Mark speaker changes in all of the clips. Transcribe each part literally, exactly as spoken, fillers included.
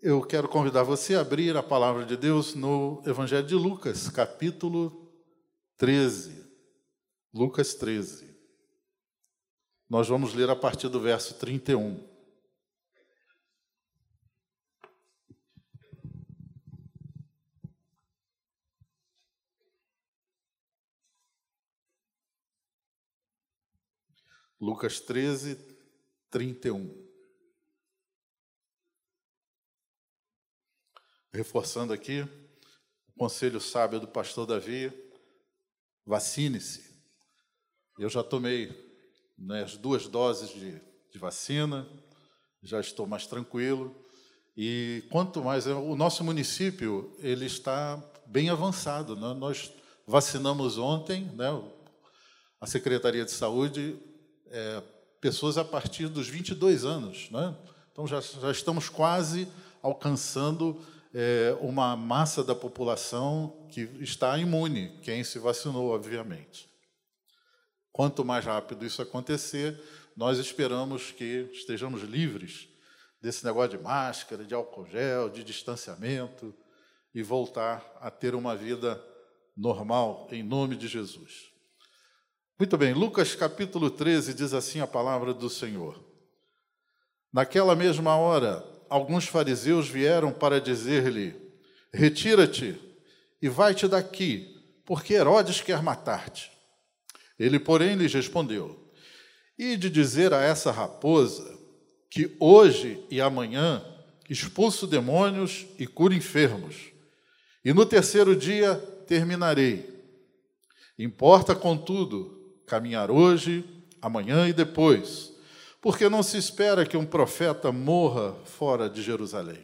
Speaker 1: Eu quero convidar você a abrir a palavra de Deus no Evangelho de Lucas, capítulo treze. Lucas treze. Nós vamos ler a partir do verso trinta e um. Lucas treze, trinta e um. Reforçando aqui, o conselho sábio do pastor Davi, vacine-se. Eu já tomei, né, as duas doses de, de vacina, já estou mais tranquilo. E quanto mais, o nosso município ele está bem avançado, né? Nós vacinamos ontem, né, a Secretaria de Saúde, é, pessoas a partir dos vinte e dois anos, né? Então já, já estamos quase alcançando é, uma massa da população que está imune, quem se vacinou, obviamente. Quanto mais rápido isso acontecer, nós esperamos que estejamos livres desse negócio de máscara, de álcool gel, de distanciamento e voltar a ter uma vida normal, em nome de Jesus. Muito bem, Lucas capítulo treze diz assim a palavra do Senhor. Naquela mesma hora, alguns fariseus vieram para dizer-lhe: retira-te e vai-te daqui, porque Herodes quer matar-te. Ele, porém, lhes respondeu: ide dizer a essa raposa que hoje e amanhã expulso demônios e curo enfermos, e no terceiro dia terminarei. Importa, contudo, caminhar hoje, amanhã e depois, porque não se espera que um profeta morra fora de Jerusalém.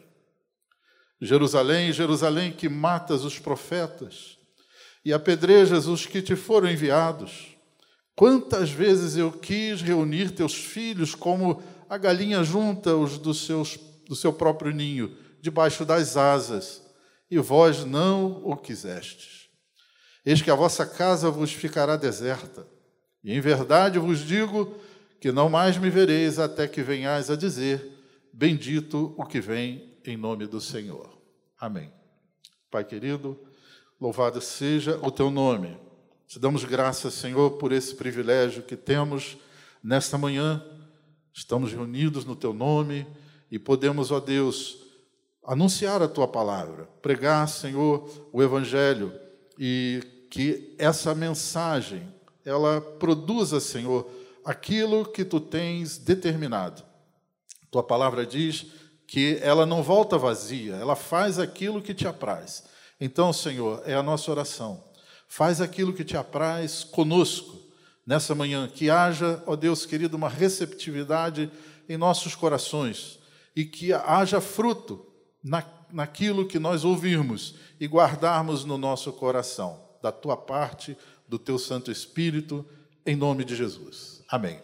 Speaker 1: Jerusalém, Jerusalém, que matas os profetas e apedrejas os que te foram enviados. Quantas vezes eu quis reunir teus filhos como a galinha junta os do, seus, do seu próprio ninho, debaixo das asas, e vós não o quisestes. Eis que a vossa casa vos ficará deserta. E em verdade vos digo que não mais me vereis até que venhais a dizer: bendito o que vem em nome do Senhor. Amém. Pai querido, louvado seja o teu nome. Te damos graças, Senhor, por esse privilégio que temos nesta manhã. Estamos reunidos no teu nome e podemos, ó Deus, anunciar a tua palavra, pregar, Senhor, o Evangelho, e que essa mensagem ela produza, Senhor, aquilo que tu tens determinado. Tua palavra diz que ela não volta vazia, ela faz aquilo que te apraz. Então, Senhor, é a nossa oração. Faz aquilo que te apraz conosco, nessa manhã, que haja, ó Deus querido, uma receptividade em nossos corações e que haja fruto na, naquilo que nós ouvirmos e guardarmos no nosso coração, da tua parte, do teu Santo Espírito, em nome de Jesus. Amém.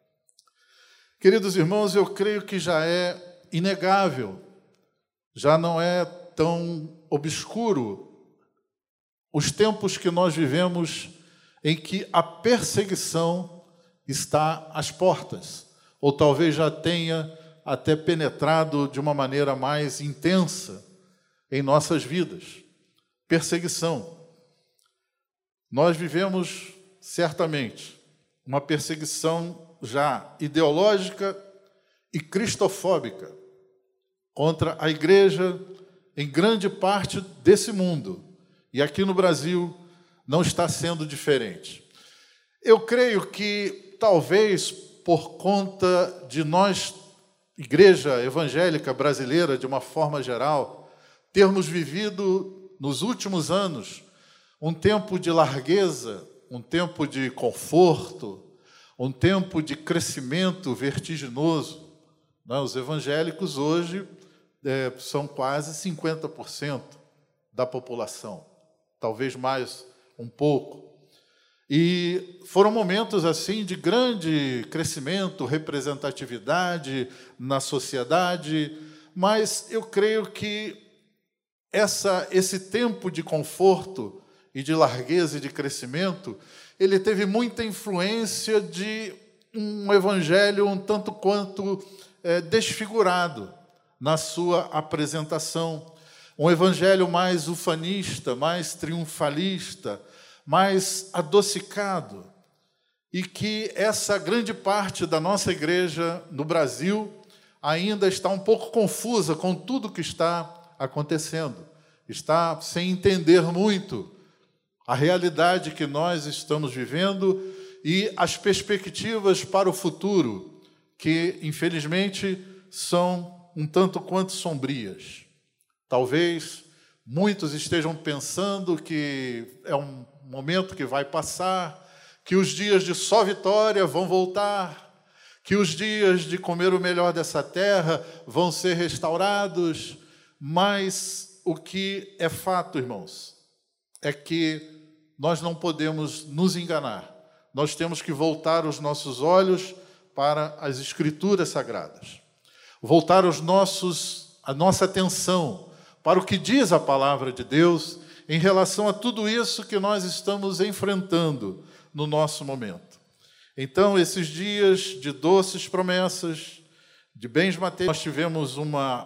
Speaker 1: Queridos irmãos, eu creio que já é inegável, já não é tão obscuro os tempos que nós vivemos em que a perseguição está às portas, ou talvez já tenha até penetrado de uma maneira mais intensa em nossas vidas. Perseguição. Nós vivemos, certamente, uma perseguição já ideológica e cristofóbica contra a igreja em grande parte desse mundo. E aqui no Brasil não está sendo diferente. Eu creio que, talvez, por conta de nós, igreja evangélica brasileira, de uma forma geral, termos vivido, nos últimos anos, um tempo de largueza, um tempo de conforto, um tempo de crescimento vertiginoso. Os evangélicos hoje é, são quase cinquenta por cento da população, talvez mais um pouco. E foram momentos assim de grande crescimento, representatividade na sociedade, mas eu creio que essa, esse tempo de conforto e de largueza e de crescimento, ele teve muita influência de um evangelho um tanto quanto é, desfigurado, na sua apresentação. Um evangelho mais ufanista, mais triunfalista, mais adocicado. E que essa grande parte da nossa igreja no Brasil ainda está um pouco confusa com tudo que está acontecendo. Está sem entender muito a realidade que nós estamos vivendo e as perspectivas para o futuro, que, infelizmente, são um tanto quanto sombrias. Talvez muitos estejam pensando que é um momento que vai passar, que os dias de só vitória vão voltar, que os dias de comer o melhor dessa terra vão ser restaurados, mas o que é fato, irmãos, é que nós não podemos nos enganar. Nós temos que voltar os nossos olhos para as Escrituras Sagradas, voltar os nossos, a nossa atenção para o que diz a palavra de Deus em relação a tudo isso que nós estamos enfrentando no nosso momento. Então, esses dias de doces promessas, de bens materiais, nós tivemos uma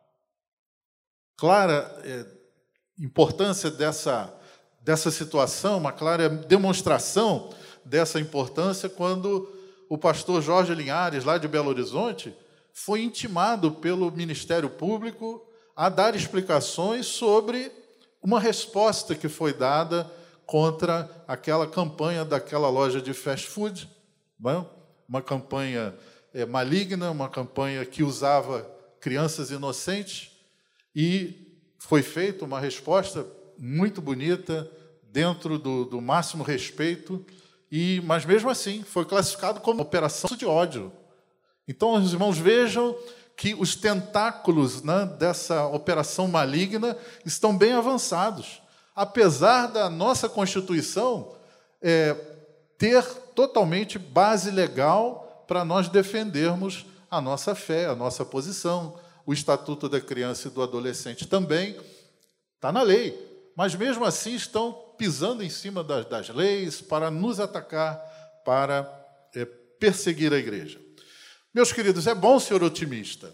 Speaker 1: clara é, importância dessa, dessa situação, uma clara demonstração dessa importância quando o pastor Jorge Linhares, lá de Belo Horizonte, foi intimado pelo Ministério Público a dar explicações sobre uma resposta que foi dada contra aquela campanha daquela loja de fast food, não? Uma campanha é, maligna, uma campanha que usava crianças inocentes, e foi feita uma resposta muito bonita, dentro do, do máximo respeito, e, mas mesmo assim foi classificado como operação de ódio. Então, os irmãos vejam que os tentáculos, né, dessa operação maligna estão bem avançados, apesar da nossa Constituição é, ter totalmente base legal para nós defendermos a nossa fé, a nossa posição. O Estatuto da Criança e do Adolescente também está na lei, mas mesmo assim estão pisando em cima das, das leis para nos atacar, para é, perseguir a igreja. Meus queridos, é bom ser otimista.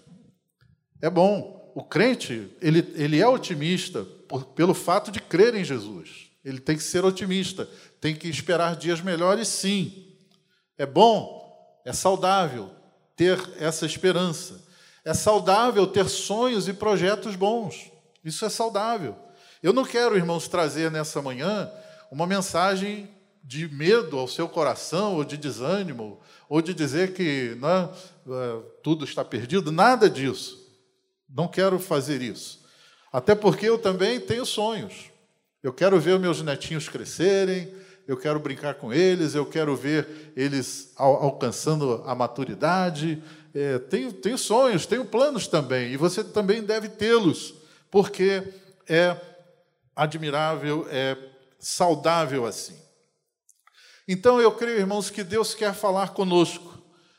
Speaker 1: É bom. O crente, ele, ele é otimista por, pelo fato de crer em Jesus. Ele tem que ser otimista, tem que esperar dias melhores, sim. É bom, é saudável ter essa esperança. É saudável ter sonhos e projetos bons. Isso é saudável. Eu não quero, irmãos, trazer nessa manhã uma mensagem de medo ao seu coração, ou de desânimo, ou de dizer que não, tudo está perdido. Nada disso. Não quero fazer isso. Até porque eu também tenho sonhos. Eu quero ver meus netinhos crescerem, eu quero brincar com eles, eu quero ver eles al- alcançando a maturidade. É, tenho, tenho sonhos, tenho planos também, e você também deve tê-los, porque é admirável, é saudável assim. Então, eu creio, irmãos, que Deus quer falar conosco,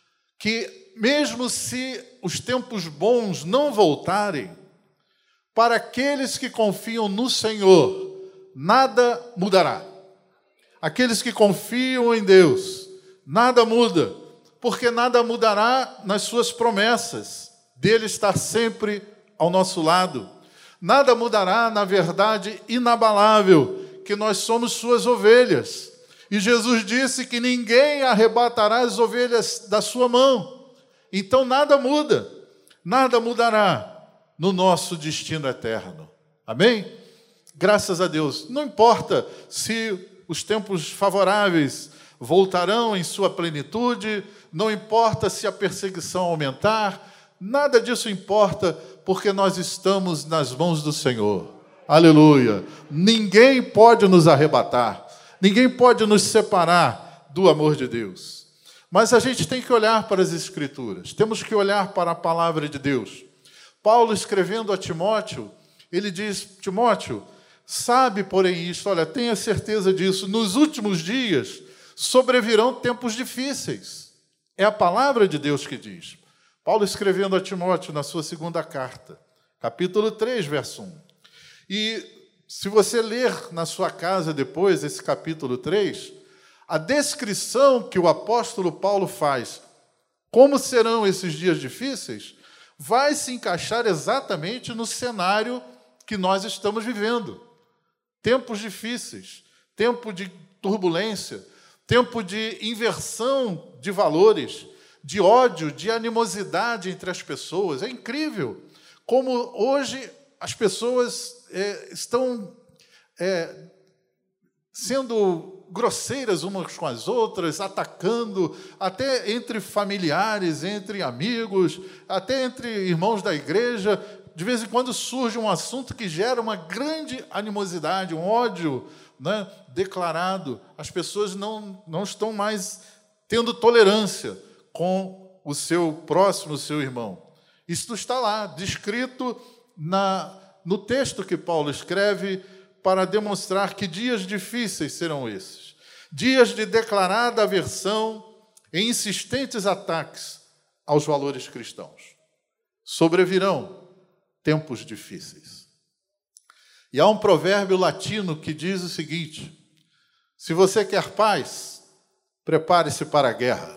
Speaker 1: que mesmo se os tempos bons não voltarem, para aqueles que confiam no Senhor, nada mudará. Aqueles que confiam em Deus, nada muda, porque nada mudará nas suas promessas, dele estar sempre ao nosso lado. Nada mudará na verdade inabalável, que nós somos suas ovelhas. E Jesus disse que ninguém arrebatará as ovelhas da sua mão. Então nada muda, nada mudará no nosso destino eterno. Amém? Graças a Deus. Não importa se os tempos favoráveis voltarão em sua plenitude, não importa se a perseguição aumentar, nada disso importa, porque nós estamos nas mãos do Senhor. Aleluia! Ninguém pode nos arrebatar, ninguém pode nos separar do amor de Deus. Mas a gente tem que olhar para as Escrituras, temos que olhar para a palavra de Deus. Paulo, escrevendo a Timóteo, ele diz: Timóteo, sabe, porém, isto, olha, tenha certeza disso, nos últimos dias sobrevirão tempos difíceis. É a palavra de Deus que diz. Paulo, escrevendo a Timóteo na sua segunda carta, capítulo três, verso um. E se você ler na sua casa depois esse capítulo três, a descrição que o apóstolo Paulo faz, como serão esses dias difíceis, vai se encaixar exatamente no cenário que nós estamos vivendo. Tempos difíceis, tempo de turbulência, tempo de inversão de valores, de ódio, de animosidade entre as pessoas. É incrível como hoje as pessoas é, estão é, sendo grosseiras umas com as outras, atacando, até entre familiares, entre amigos, até entre irmãos da igreja. De vez em quando surge um assunto que gera uma grande animosidade, um ódio, né, declarado. As pessoas não, não estão mais tendo tolerância com o seu próximo, o seu irmão. Isso está lá, descrito na, no texto que Paulo escreve para demonstrar que dias difíceis serão esses. Dias de declarada aversão e insistentes ataques aos valores cristãos. Sobrevirão tempos difíceis. E há um provérbio latino que diz o seguinte: se você quer paz, prepare-se para a guerra.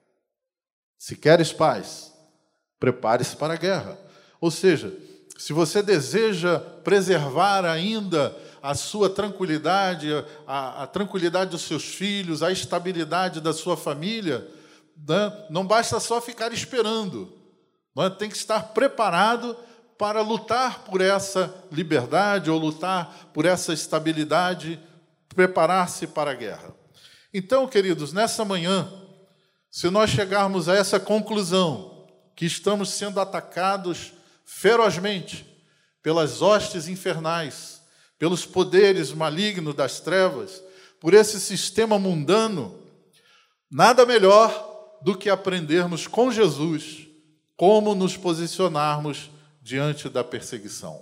Speaker 1: Se queres paz, prepare-se para a guerra. Ou seja, se você deseja preservar ainda a sua tranquilidade, a, a tranquilidade dos seus filhos, a estabilidade da sua família, né, não basta só ficar esperando, né, tem que estar preparado para lutar por essa liberdade ou lutar por essa estabilidade, preparar-se para a guerra. Então, queridos, nessa manhã, se nós chegarmos a essa conclusão, que estamos sendo atacados ferozmente pelas hostes infernais, pelos poderes malignos das trevas, por esse sistema mundano, nada melhor do que aprendermos com Jesus como nos posicionarmos diante da perseguição.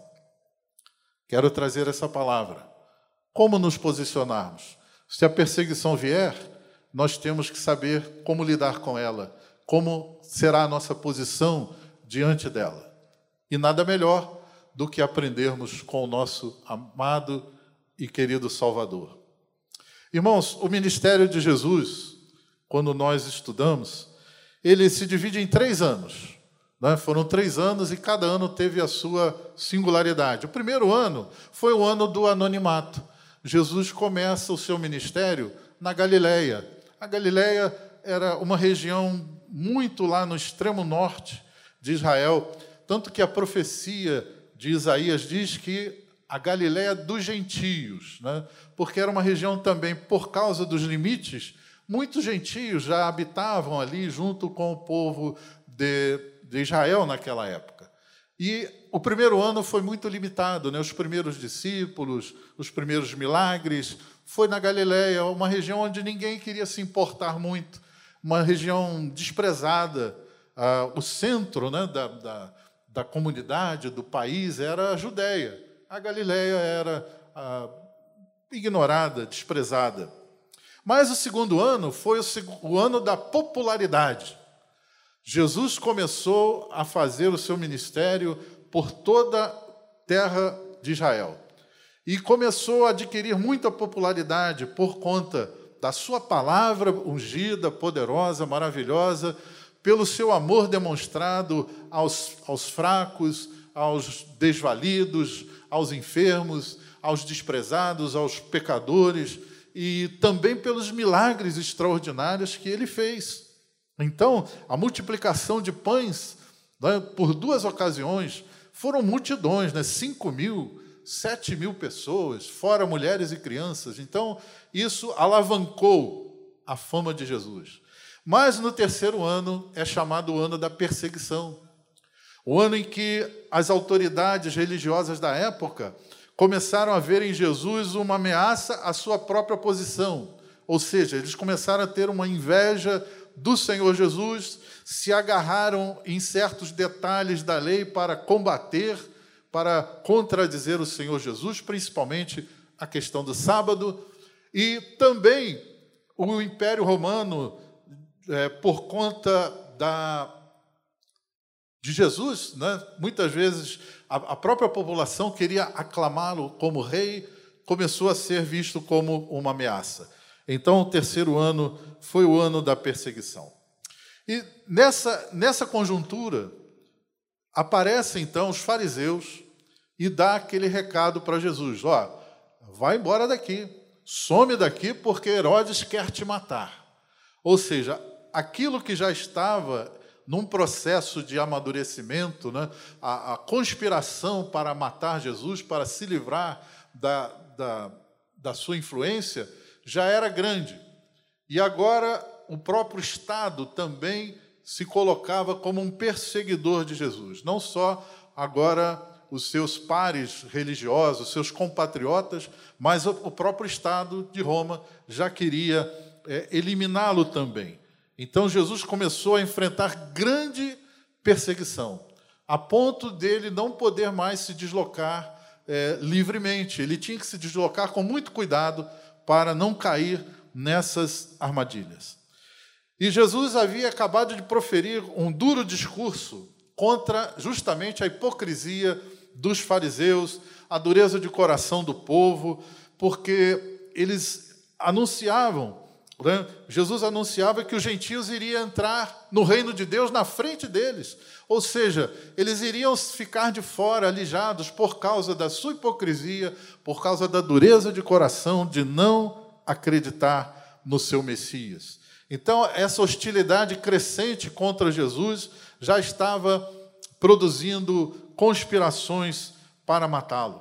Speaker 1: Quero trazer essa palavra. Como nos posicionarmos? Se a perseguição vier, nós temos que saber como lidar com ela, como será a nossa posição diante dela. E nada melhor do que aprendermos com o nosso amado e querido Salvador. Irmãos, o ministério de Jesus, quando nós estudamos, ele se divide em três anos. Né? Foram três anos e cada ano teve a sua singularidade. O primeiro ano foi o ano do anonimato. Jesus começa o seu ministério na Galileia. A Galileia era uma região muito lá no extremo norte de Israel, tanto que a profecia de Isaías diz que a Galileia dos gentios, né? Porque era uma região também, por causa dos limites, muitos gentios já habitavam ali junto com o povo de, de Israel naquela época. E o primeiro ano foi muito limitado, né? Os primeiros discípulos, os primeiros milagres, foi na Galileia, uma região onde ninguém queria se importar muito, uma região desprezada. Ah, o centro, né, da, da, da comunidade, do país, era a Judéia. A Galileia era ah, ignorada, desprezada. Mas o segundo ano foi o, seg- o ano da popularidade. Jesus começou a fazer o seu ministério por toda a terra de Israel. E começou a adquirir muita popularidade por conta da sua palavra ungida, poderosa, maravilhosa, pelo seu amor demonstrado aos, aos fracos, aos desvalidos, aos enfermos, aos desprezados, aos pecadores, e também pelos milagres extraordinários que ele fez. Então, a multiplicação de pães, né, por duas ocasiões, foram multidões, né, cinco mil, sete mil pessoas, fora mulheres e crianças. Então, isso alavancou a fama de Jesus. Mas, no terceiro ano, é chamado o ano da perseguição. O ano em que as autoridades religiosas da época começaram a ver em Jesus uma ameaça à sua própria posição. Ou seja, eles começaram a ter uma inveja do Senhor Jesus, se agarraram em certos detalhes da lei para combater, para contradizer o Senhor Jesus, principalmente a questão do sábado. E também o Império Romano, é, por conta da, de Jesus, né, muitas vezes a, a própria população queria aclamá-lo como rei, começou a ser visto como uma ameaça. Então, o terceiro ano foi o ano da perseguição. E nessa, nessa conjuntura, aparecem então os fariseus e dá aquele recado para Jesus: ó, vai embora daqui, some daqui, porque Herodes quer te matar. Ou seja, aquilo que já estava num processo de amadurecimento, né, a, a conspiração para matar Jesus, para se livrar da, da, da sua influência, já era grande. E agora o próprio Estado também se colocava como um perseguidor de Jesus. Não só agora os seus pares religiosos, os seus compatriotas, mas o próprio Estado de Roma já queria é, eliminá-lo também. Então, Jesus começou a enfrentar grande perseguição, a ponto dele não poder mais se deslocar é, livremente. Ele tinha que se deslocar com muito cuidado para não cair nessas armadilhas. E Jesus havia acabado de proferir um duro discurso contra justamente a hipocrisia dos fariseus, a dureza de coração do povo, porque eles anunciavam, né? Jesus anunciava que os gentios iriam entrar no reino de Deus na frente deles, ou seja, eles iriam ficar de fora, alijados, por causa da sua hipocrisia, por causa da dureza de coração, de não acreditar no seu Messias. Então, essa hostilidade crescente contra Jesus já estava produzindo conspirações para matá-lo.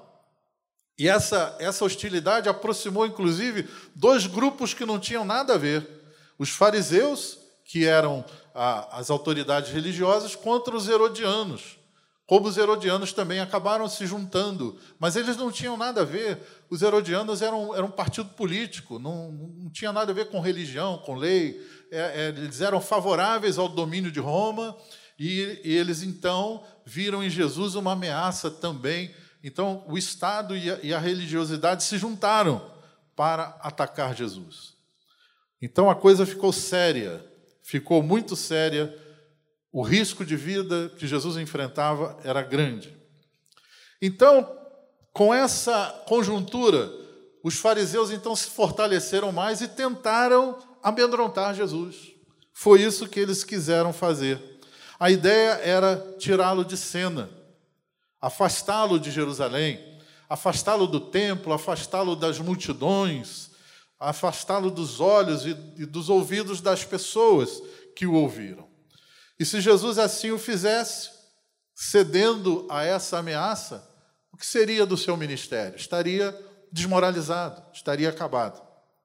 Speaker 1: E essa, essa hostilidade aproximou, inclusive, dois grupos que não tinham nada a ver. Os fariseus, que eram a, as autoridades religiosas, contra os herodianos. Como os herodianos também acabaram se juntando, mas eles não tinham nada a ver. Os herodianos eram, eram um partido político, não, não tinha nada a ver com religião, com lei. É, é, eles eram favoráveis ao domínio de Roma e, e eles, então, viram em Jesus uma ameaça também. Então, o Estado e a, e a religiosidade se juntaram para atacar Jesus. Então, a coisa ficou séria, ficou muito séria. O risco de vida que Jesus enfrentava era grande. Então, com essa conjuntura, os fariseus então se fortaleceram mais e tentaram amedrontar Jesus. Foi isso que eles quiseram fazer. A ideia era tirá-lo de cena, afastá-lo de Jerusalém, afastá-lo do templo, afastá-lo das multidões, afastá-lo dos olhos e dos ouvidos das pessoas que o ouviram. E se Jesus assim o fizesse, cedendo a essa ameaça, o que seria do seu ministério? Estaria desmoralizado, estaria acabado.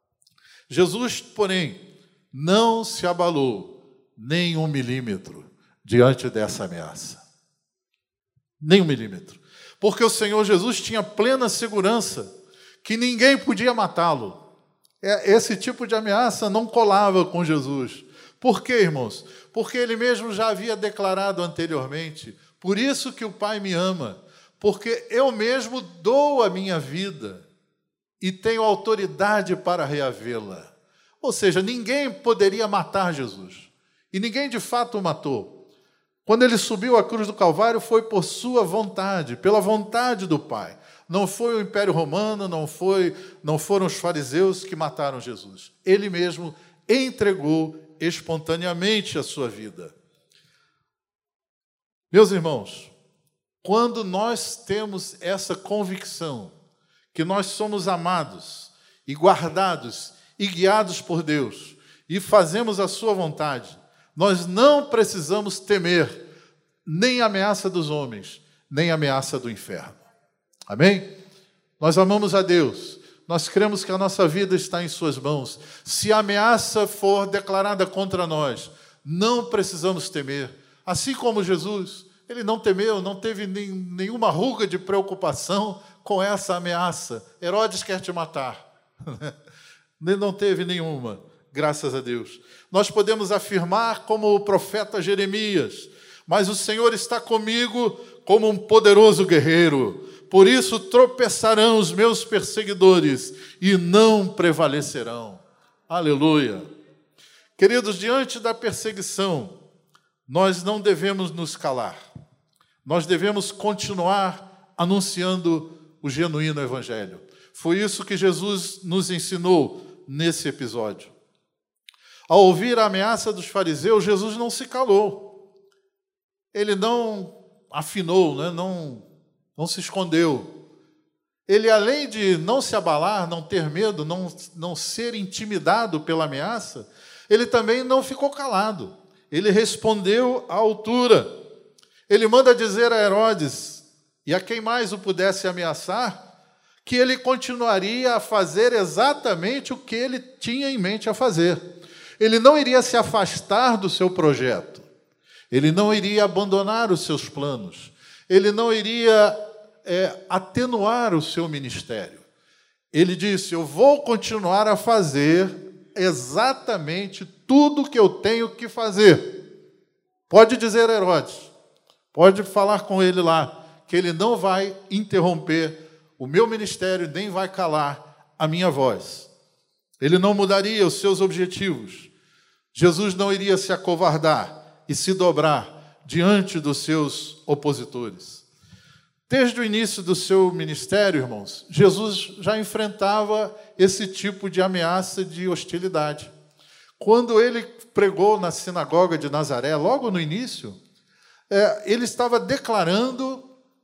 Speaker 1: Jesus, porém, não se abalou nem um milímetro diante dessa ameaça. Nem um milímetro. Porque o Senhor Jesus tinha plena segurança que ninguém podia matá-lo. Esse tipo de ameaça não colava com Jesus. Por quê, irmãos? Porque ele mesmo já havia declarado anteriormente: por isso que o Pai me ama, porque eu mesmo dou a minha vida e tenho autoridade para reavê-la. Ou seja, ninguém poderia matar Jesus. E ninguém de fato o matou. Quando ele subiu à cruz do Calvário, foi por sua vontade, pela vontade do Pai. Não foi o Império Romano, não, foi, não foram os fariseus que mataram Jesus. Ele mesmo entregou espontaneamente a sua vida. Meus irmãos, quando nós temos essa convicção que nós somos amados e guardados e guiados por Deus e fazemos a sua vontade, nós não precisamos temer nem a ameaça dos homens, nem a ameaça do inferno. Amém? Nós amamos a Deus. Nós cremos que a nossa vida está em suas mãos. Se a ameaça for declarada contra nós, não precisamos temer. Assim como Jesus, ele não temeu, não teve nem, nenhuma ruga de preocupação com essa ameaça. Herodes quer te matar. Ele não teve nenhuma, graças a Deus. Nós podemos afirmar como o profeta Jeremias: mas o Senhor está comigo como um poderoso guerreiro. Por isso tropeçarão os meus perseguidores e não prevalecerão. Aleluia. Queridos, diante da perseguição, nós não devemos nos calar. Nós devemos continuar anunciando o genuíno evangelho. Foi isso que Jesus nos ensinou nesse episódio. Ao ouvir a ameaça dos fariseus, Jesus não se calou. Ele não afinou, né? não, não se escondeu. Ele, além de não se abalar, não ter medo, não, não ser intimidado pela ameaça, ele também não ficou calado. Ele respondeu à altura. Ele manda dizer a Herodes, e a quem mais o pudesse ameaçar, que ele continuaria a fazer exatamente o que ele tinha em mente a fazer. Ele não iria se afastar do seu projeto. Ele não iria abandonar os seus planos. Ele não iria é, atenuar o seu ministério. Ele disse, eu vou continuar a fazer exatamente tudo o que eu tenho que fazer. Pode dizer a Herodes, pode falar com ele lá, que ele não vai interromper o meu ministério, nem vai calar a minha voz. Ele não mudaria os seus objetivos. Jesus não iria se acovardar e se dobrar diante dos seus opositores. Desde o início do seu ministério, irmãos, Jesus já enfrentava esse tipo de ameaça de hostilidade. Quando ele pregou na sinagoga de Nazaré, logo no início, é, ele estava declarando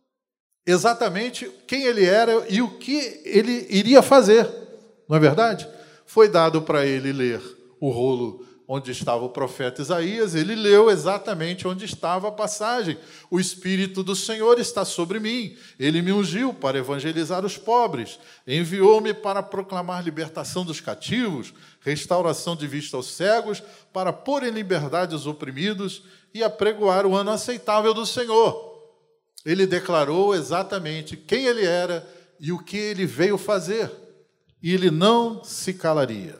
Speaker 1: exatamente quem ele era e o que ele iria fazer. Não é verdade? Foi dado para ele ler o rolo onde estava o profeta Isaías, ele leu exatamente onde estava a passagem. O Espírito do Senhor está sobre mim, ele me ungiu para evangelizar os pobres, enviou-me para proclamar libertação dos cativos, restauração de vista aos cegos, para pôr em liberdade os oprimidos e apregoar o ano aceitável do Senhor. Ele declarou exatamente quem ele era e o que ele veio fazer, e ele não se calaria.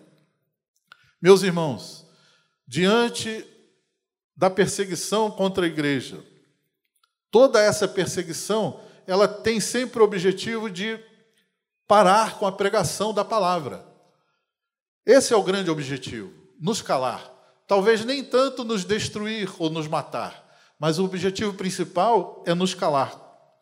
Speaker 1: Meus irmãos, diante da perseguição contra a igreja, toda essa perseguição, ela tem sempre o objetivo de parar com a pregação da palavra. Esse é o grande objetivo, nos calar. Talvez nem tanto nos destruir ou nos matar, mas o objetivo principal é nos calar.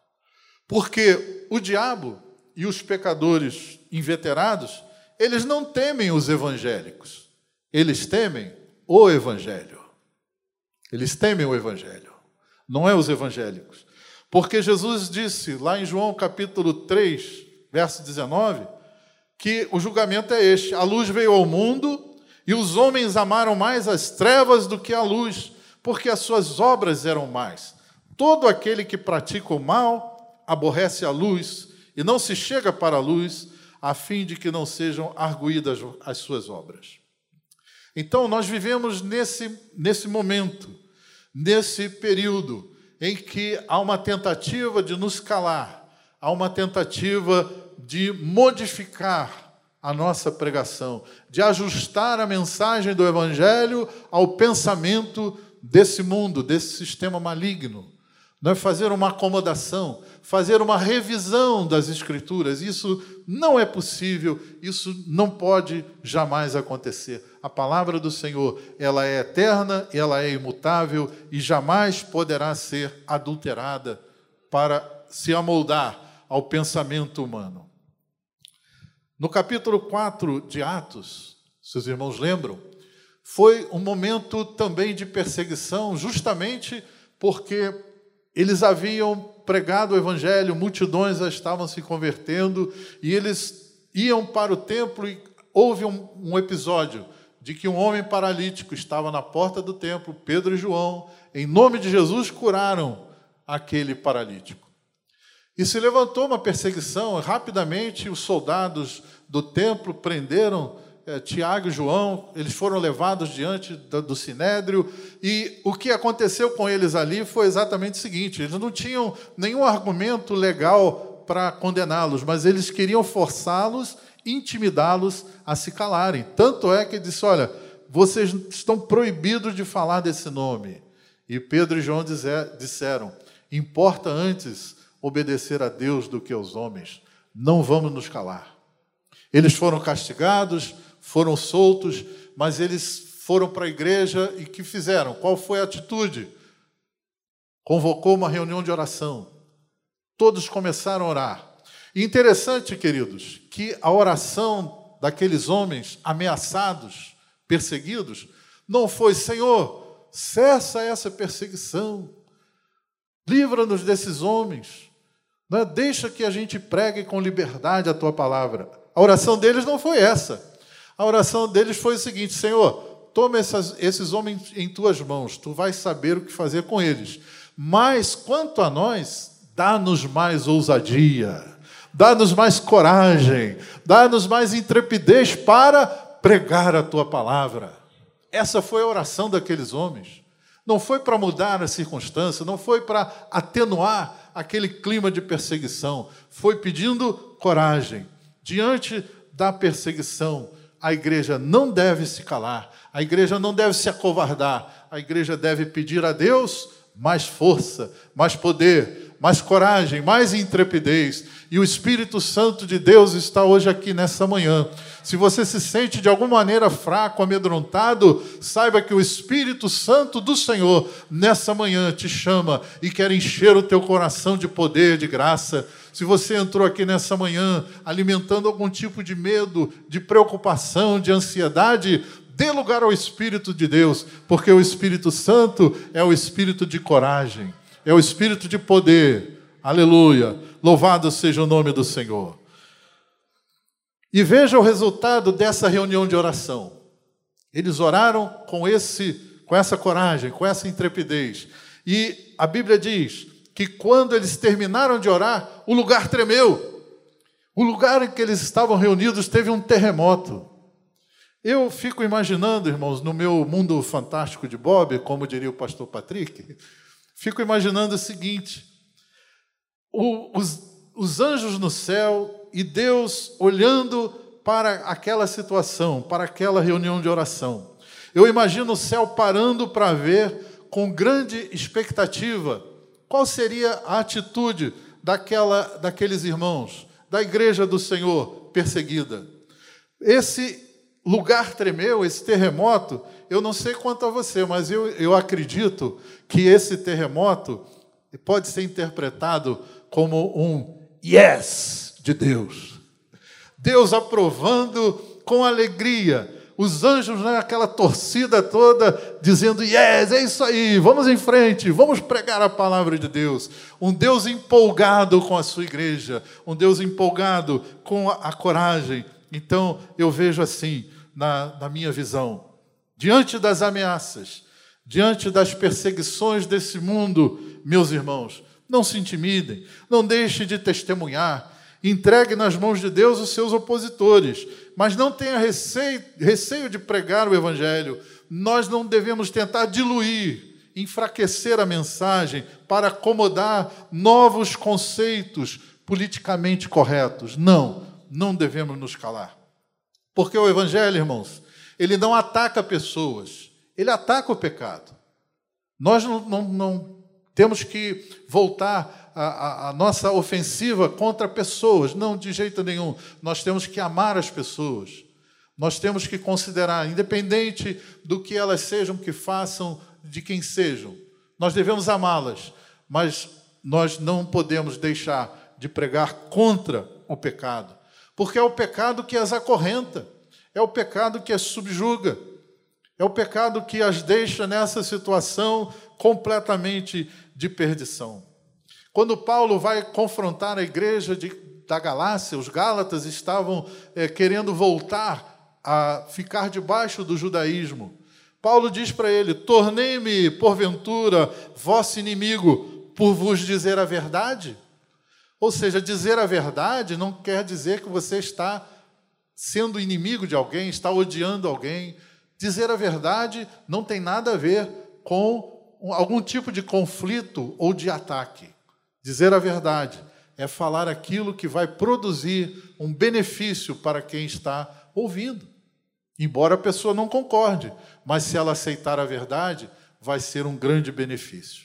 Speaker 1: Porque o diabo e os pecadores inveterados, eles não temem os evangélicos, eles temem o Evangelho. Eles temem o Evangelho, não é os evangélicos. Porque Jesus disse, lá em João capítulo três, verso dezenove, que o julgamento é este: a luz veio ao mundo e os homens amaram mais as trevas do que a luz, porque as suas obras eram más. Todo aquele que pratica o mal aborrece a luz e não se chega para a luz, a fim de que não sejam arguídas as suas obras. Então, nós vivemos nesse, nesse momento, nesse período, em que há uma tentativa de nos calar, há uma tentativa de modificar a nossa pregação, de ajustar a mensagem do Evangelho ao pensamento desse mundo, desse sistema maligno. Não é fazer uma acomodação, fazer uma revisão das Escrituras. Isso não é possível, isso não pode jamais acontecer. A palavra do Senhor, ela é eterna, ela é imutável e jamais poderá ser adulterada para se amoldar ao pensamento humano. No capítulo quatro de Atos, se os irmãos lembram, foi um momento também de perseguição, justamente porque eles haviam pregado o Evangelho, multidões já estavam se convertendo, e eles iam para o templo e houve um, um episódio de que um homem paralítico estava na porta do templo, Pedro e João, em nome de Jesus, curaram aquele paralítico. E se levantou uma perseguição, rapidamente os soldados do templo prenderam é, Tiago e João, eles foram levados diante do, do Sinédrio, e o que aconteceu com eles ali foi exatamente o seguinte: eles não tinham nenhum argumento legal para condená-los, mas eles queriam forçá-los, intimidá-los a se calarem. Tanto é que ele disse: olha, vocês estão proibidos de falar desse nome. E Pedro e João dizer, disseram: importa antes obedecer a Deus do que aos homens, não vamos nos calar. Eles foram castigados, foram soltos, mas eles foram para a igreja e que fizeram? Qual foi a atitude? Convocou uma reunião de oração. Todos começaram a orar. E interessante, queridos, que a oração daqueles homens ameaçados, perseguidos, não foi: Senhor, cessa essa perseguição. Livra-nos desses homens. Não é? Deixa que a gente pregue com liberdade a tua palavra. A oração deles não foi essa. A oração deles foi o seguinte: Senhor, toma essas, esses homens em tuas mãos, tu vais saber o que fazer com eles. Mas, quanto a nós, dá-nos mais ousadia, dá-nos mais coragem, dá-nos mais intrepidez para pregar a tua palavra. Essa foi a oração daqueles homens. Não foi para mudar a circunstância, não foi para atenuar aquele clima de perseguição. Foi pedindo coragem. Diante da perseguição, a igreja não deve se calar, a igreja não deve se acovardar, a igreja deve pedir a Deus mais força, mais poder, mais coragem, mais intrepidez. E o Espírito Santo de Deus está hoje aqui nessa manhã. Se você se sente de alguma maneira fraco, amedrontado, saiba que o Espírito Santo do Senhor nessa manhã te chama e quer encher o teu coração de poder, de graça. Se você entrou aqui nessa manhã alimentando algum tipo de medo, de preocupação, de ansiedade, dê lugar ao Espírito de Deus, porque o Espírito Santo é o Espírito de coragem, é o Espírito de poder. Aleluia! Louvado seja o nome do Senhor. E veja o resultado dessa reunião de oração. Eles oraram com, esse, com essa coragem, com essa intrepidez. E a Bíblia diz que quando eles terminaram de orar, o lugar tremeu. O lugar em que eles estavam reunidos teve um terremoto. Eu fico imaginando, irmãos, no meu mundo fantástico de Bob, como diria o pastor Patrick, fico imaginando o seguinte: o, os, os anjos no céu e Deus olhando para aquela situação, para aquela reunião de oração. Eu imagino o céu parando para ver com grande expectativa qual seria a atitude daquela, daqueles irmãos, da igreja do Senhor perseguida. Esse lugar tremeu, esse terremoto, eu não sei quanto a você, mas eu, eu acredito que esse terremoto pode ser interpretado como um yes de Deus. Deus aprovando com alegria. Os anjos, né, aquela torcida toda, dizendo, yes, é isso aí, vamos em frente, vamos pregar a palavra de Deus. Um Deus empolgado com a sua igreja, um Deus empolgado com a, a coragem. Então, eu vejo assim, na, na minha visão, diante das ameaças, diante das perseguições desse mundo, meus irmãos, não se intimidem, não deixe de testemunhar, entregue nas mãos de Deus os seus opositores, mas não tenha receio, receio de pregar o Evangelho. Nós não devemos tentar diluir, enfraquecer a mensagem para acomodar novos conceitos politicamente corretos. Não, não devemos nos calar. Porque o Evangelho, irmãos, ele não ataca pessoas, ele ataca o pecado. Nós não, não, não temos que voltar a, a, a nossa ofensiva contra pessoas. Não, de jeito nenhum. Nós temos que amar as pessoas. Nós temos que considerar, independente do que elas sejam, que façam, de quem sejam, nós devemos amá-las, mas nós não podemos deixar de pregar contra o pecado, porque é o pecado que as acorrenta, é o pecado que as subjuga, é o pecado que as deixa nessa situação completamente de perdição. Quando Paulo vai confrontar a igreja de, da Galácia, os Gálatas estavam é, querendo voltar a ficar debaixo do judaísmo. Paulo diz para ele, tornei-me, porventura, vosso inimigo, por vos dizer a verdade? Ou seja, dizer a verdade não quer dizer que você está sendo inimigo de alguém, está odiando alguém. Dizer a verdade não tem nada a ver com algum tipo de conflito ou de ataque. Dizer a verdade é falar aquilo que vai produzir um benefício para quem está ouvindo. Embora a pessoa não concorde, mas se ela aceitar a verdade, vai ser um grande benefício.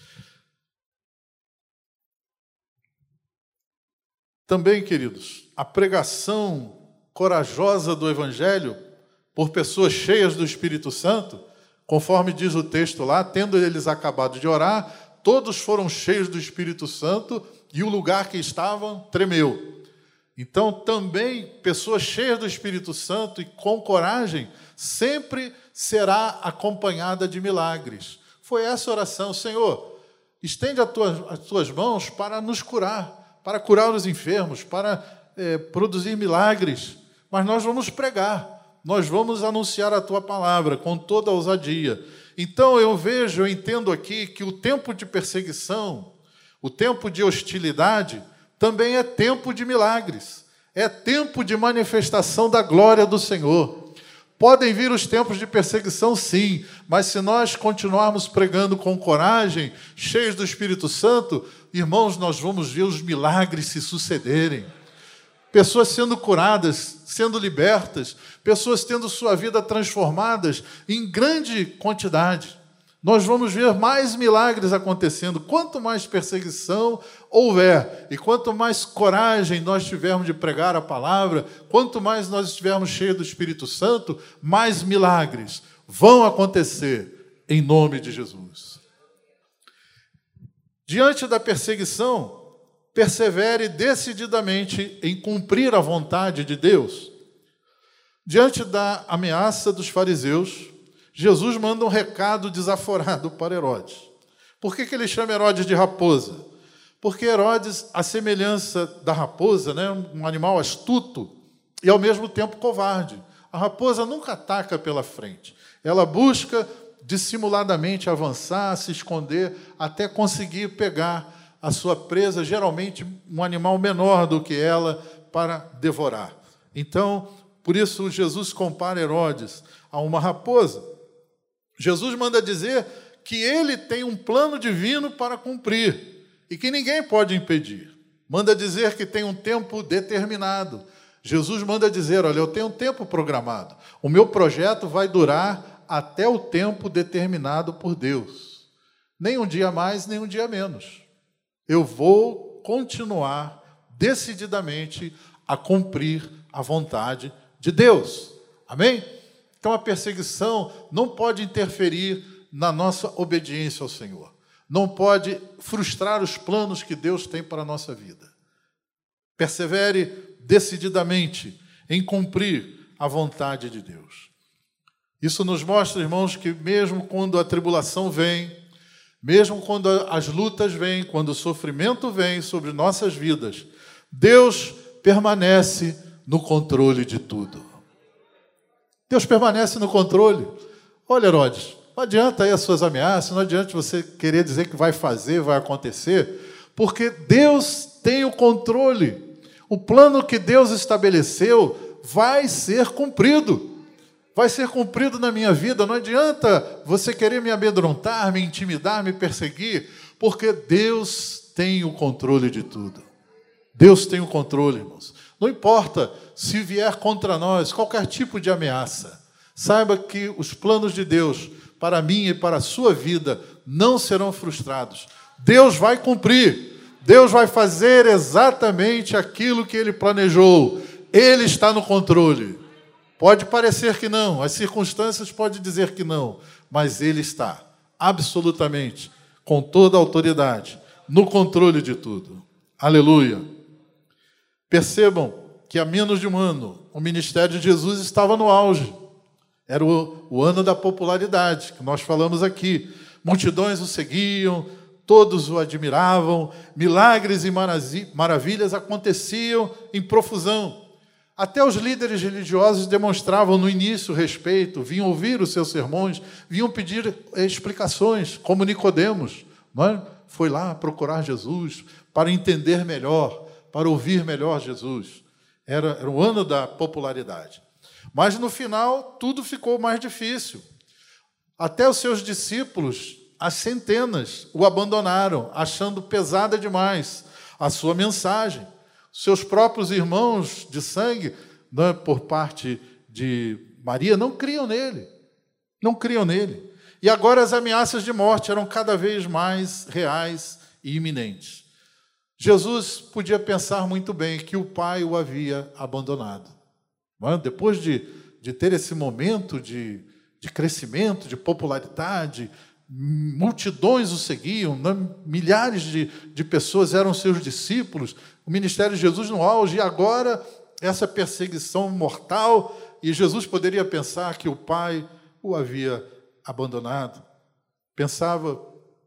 Speaker 1: Também, queridos, a pregação corajosa do Evangelho por pessoas cheias do Espírito Santo, conforme diz o texto lá, tendo eles acabado de orar, todos foram cheios do Espírito Santo e o lugar que estavam tremeu. Então, também, pessoas cheias do Espírito Santo e com coragem, sempre será acompanhada de milagres. Foi essa oração, Senhor, estende as tuas, as tuas mãos para nos curar, para curar os enfermos, para é, produzir milagres. Mas nós vamos pregar, nós vamos anunciar a tua palavra com toda a ousadia. Então eu vejo, eu entendo aqui que o tempo de perseguição, o tempo de hostilidade, também é tempo de milagres, é tempo de manifestação da glória do Senhor. Podem vir os tempos de perseguição, sim, mas se nós continuarmos pregando com coragem, cheios do Espírito Santo, irmãos, nós vamos ver os milagres se sucederem. Pessoas sendo curadas, sendo libertas, pessoas tendo sua vida transformadas em grande quantidade. Nós vamos ver mais milagres acontecendo. Quanto mais perseguição houver, e quanto mais coragem nós tivermos de pregar a palavra, quanto mais nós estivermos cheios do Espírito Santo, mais milagres vão acontecer em nome de Jesus. Diante da perseguição, persevere decididamente em cumprir a vontade de Deus. Diante da ameaça dos fariseus, Jesus manda um recado desaforado para Herodes. Por que que ele chama Herodes de raposa? Porque Herodes, a semelhança da raposa, né, um animal astuto e ao mesmo tempo covarde. A raposa nunca ataca pela frente. Ela busca dissimuladamente avançar, se esconder, até conseguir pegar a sua presa, geralmente um animal menor do que ela, para devorar. Então, por isso Jesus compara Herodes a uma raposa. Jesus manda dizer que ele tem um plano divino para cumprir e que ninguém pode impedir. Manda dizer que tem um tempo determinado. Jesus manda dizer, olha, eu tenho um tempo programado. O meu projeto vai durar até o tempo determinado por Deus. Nem um dia mais, nem um dia menos. Eu vou continuar decididamente a cumprir a vontade de Deus. Amém? Então, a perseguição não pode interferir na nossa obediência ao Senhor. Não pode frustrar os planos que Deus tem para a nossa vida. Persevere decididamente em cumprir a vontade de Deus. Isso nos mostra, irmãos, que mesmo quando a tribulação vem, mesmo quando as lutas vêm, quando o sofrimento vem sobre nossas vidas, Deus permanece no controle de tudo. Deus permanece no controle. Olha, Herodes, não adianta aí as suas ameaças, não adianta você querer dizer que vai fazer, vai acontecer, porque Deus tem o controle. O plano que Deus estabeleceu vai ser cumprido. Vai ser cumprido na minha vida. Não adianta você querer me amedrontar, me intimidar, me perseguir, porque Deus tem o controle de tudo. Deus tem o controle, irmãos. Não importa se vier contra nós qualquer tipo de ameaça. Saiba que os planos de Deus para mim e para a sua vida não serão frustrados. Deus vai cumprir. Deus vai fazer exatamente aquilo que Ele planejou. Ele está no controle. Pode parecer que não, as circunstâncias podem dizer que não, mas Ele está absolutamente, com toda a autoridade, no controle de tudo. Aleluia. Percebam que há menos de um ano o ministério de Jesus estava no auge. Era o, o ano da popularidade, que nós falamos aqui. Multidões o seguiam, todos o admiravam, milagres e maravilhas aconteciam em profusão. Até os líderes religiosos demonstravam no início respeito, vinham ouvir os seus sermões, vinham pedir explicações, como Nicodemos, não é? Foi lá procurar Jesus para entender melhor, para ouvir melhor Jesus. Era, era o ano da popularidade. Mas, no final, tudo ficou mais difícil. Até os seus discípulos, as centenas, o abandonaram, achando pesada demais a sua mensagem. Seus próprios irmãos de sangue, né, por parte de Maria, não criam nele. Não criam nele. E agora as ameaças de morte eram cada vez mais reais e iminentes. Jesus podia pensar muito bem que o Pai o havia abandonado. Não é? Depois de, de ter esse momento de, de crescimento, de popularidade, multidões o seguiam, né? Milhares de, de pessoas eram seus discípulos, o ministério de Jesus no auge, e agora essa perseguição mortal, e Jesus poderia pensar que o Pai o havia abandonado. Pensava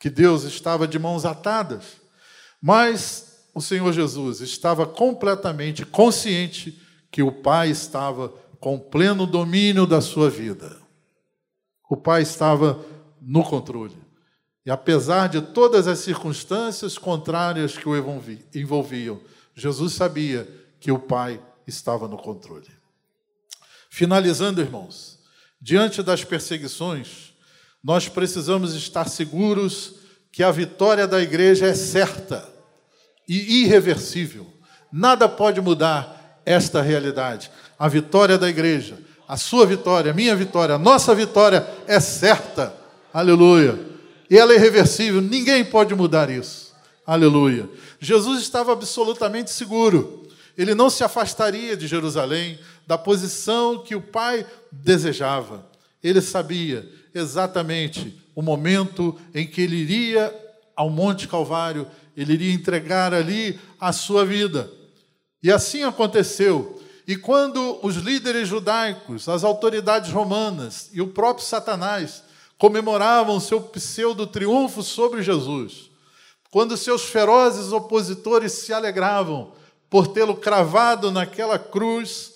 Speaker 1: que Deus estava de mãos atadas, mas o Senhor Jesus estava completamente consciente que o Pai estava com pleno domínio da sua vida. O Pai estava no controle. E apesar de todas as circunstâncias contrárias que o envolviam, Jesus sabia que o Pai estava no controle. Finalizando, irmãos, diante das perseguições, nós precisamos estar seguros que a vitória da igreja é certa e irreversível. Nada pode mudar esta realidade. A vitória da igreja, a sua vitória, a minha vitória, a nossa vitória é certa. Aleluia. E ela é irreversível, ninguém pode mudar isso. Aleluia. Jesus estava absolutamente seguro. Ele não se afastaria de Jerusalém, da posição que o Pai desejava. Ele sabia exatamente o momento em que ele iria ao Monte Calvário, ele iria entregar ali a sua vida. E assim aconteceu. E quando os líderes judaicos, as autoridades romanas e o próprio Satanás comemoravam seu pseudo-triunfo sobre Jesus, quando seus ferozes opositores se alegravam por tê-lo cravado naquela cruz,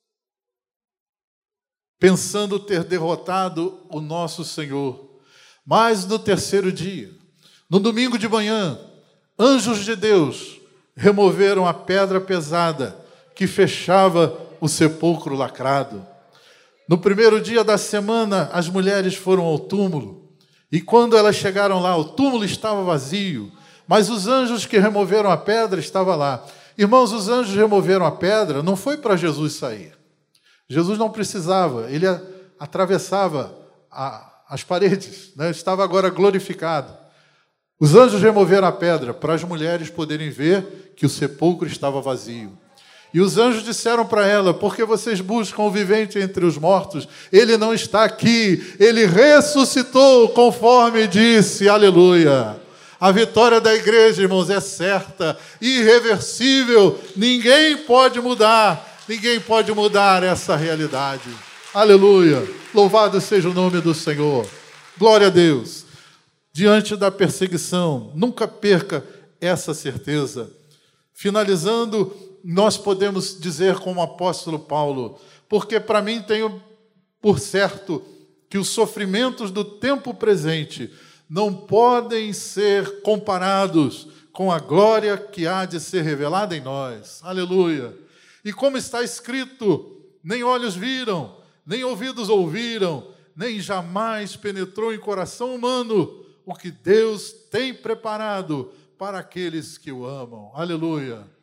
Speaker 1: pensando ter derrotado o nosso Senhor. Mas no terceiro dia, no domingo de manhã, anjos de Deus removeram a pedra pesada que fechava o sepulcro lacrado. No primeiro dia da semana, as mulheres foram ao túmulo, e quando elas chegaram lá, o túmulo estava vazio, mas os anjos que removeram a pedra estavam lá. Irmãos, os anjos removeram a pedra, não foi para Jesus sair. Jesus não precisava, ele atravessava a, as paredes, né? Estava agora glorificado. Os anjos removeram a pedra para as mulheres poderem ver que o sepulcro estava vazio. E os anjos disseram para ela: por que vocês buscam o vivente entre os mortos? Ele não está aqui, ele ressuscitou, conforme disse. Aleluia! A vitória da igreja, irmãos, é certa, irreversível, ninguém pode mudar, ninguém pode mudar essa realidade. Aleluia! Louvado seja o nome do Senhor. Glória a Deus. Diante da perseguição, nunca perca essa certeza. Finalizando, nós podemos dizer como o apóstolo Paulo: porque para mim tenho por certo que os sofrimentos do tempo presente não podem ser comparados com a glória que há de ser revelada em nós. Aleluia! E como está escrito, nem olhos viram, nem ouvidos ouviram, nem jamais penetrou em coração humano o que Deus tem preparado para aqueles que o amam. Aleluia!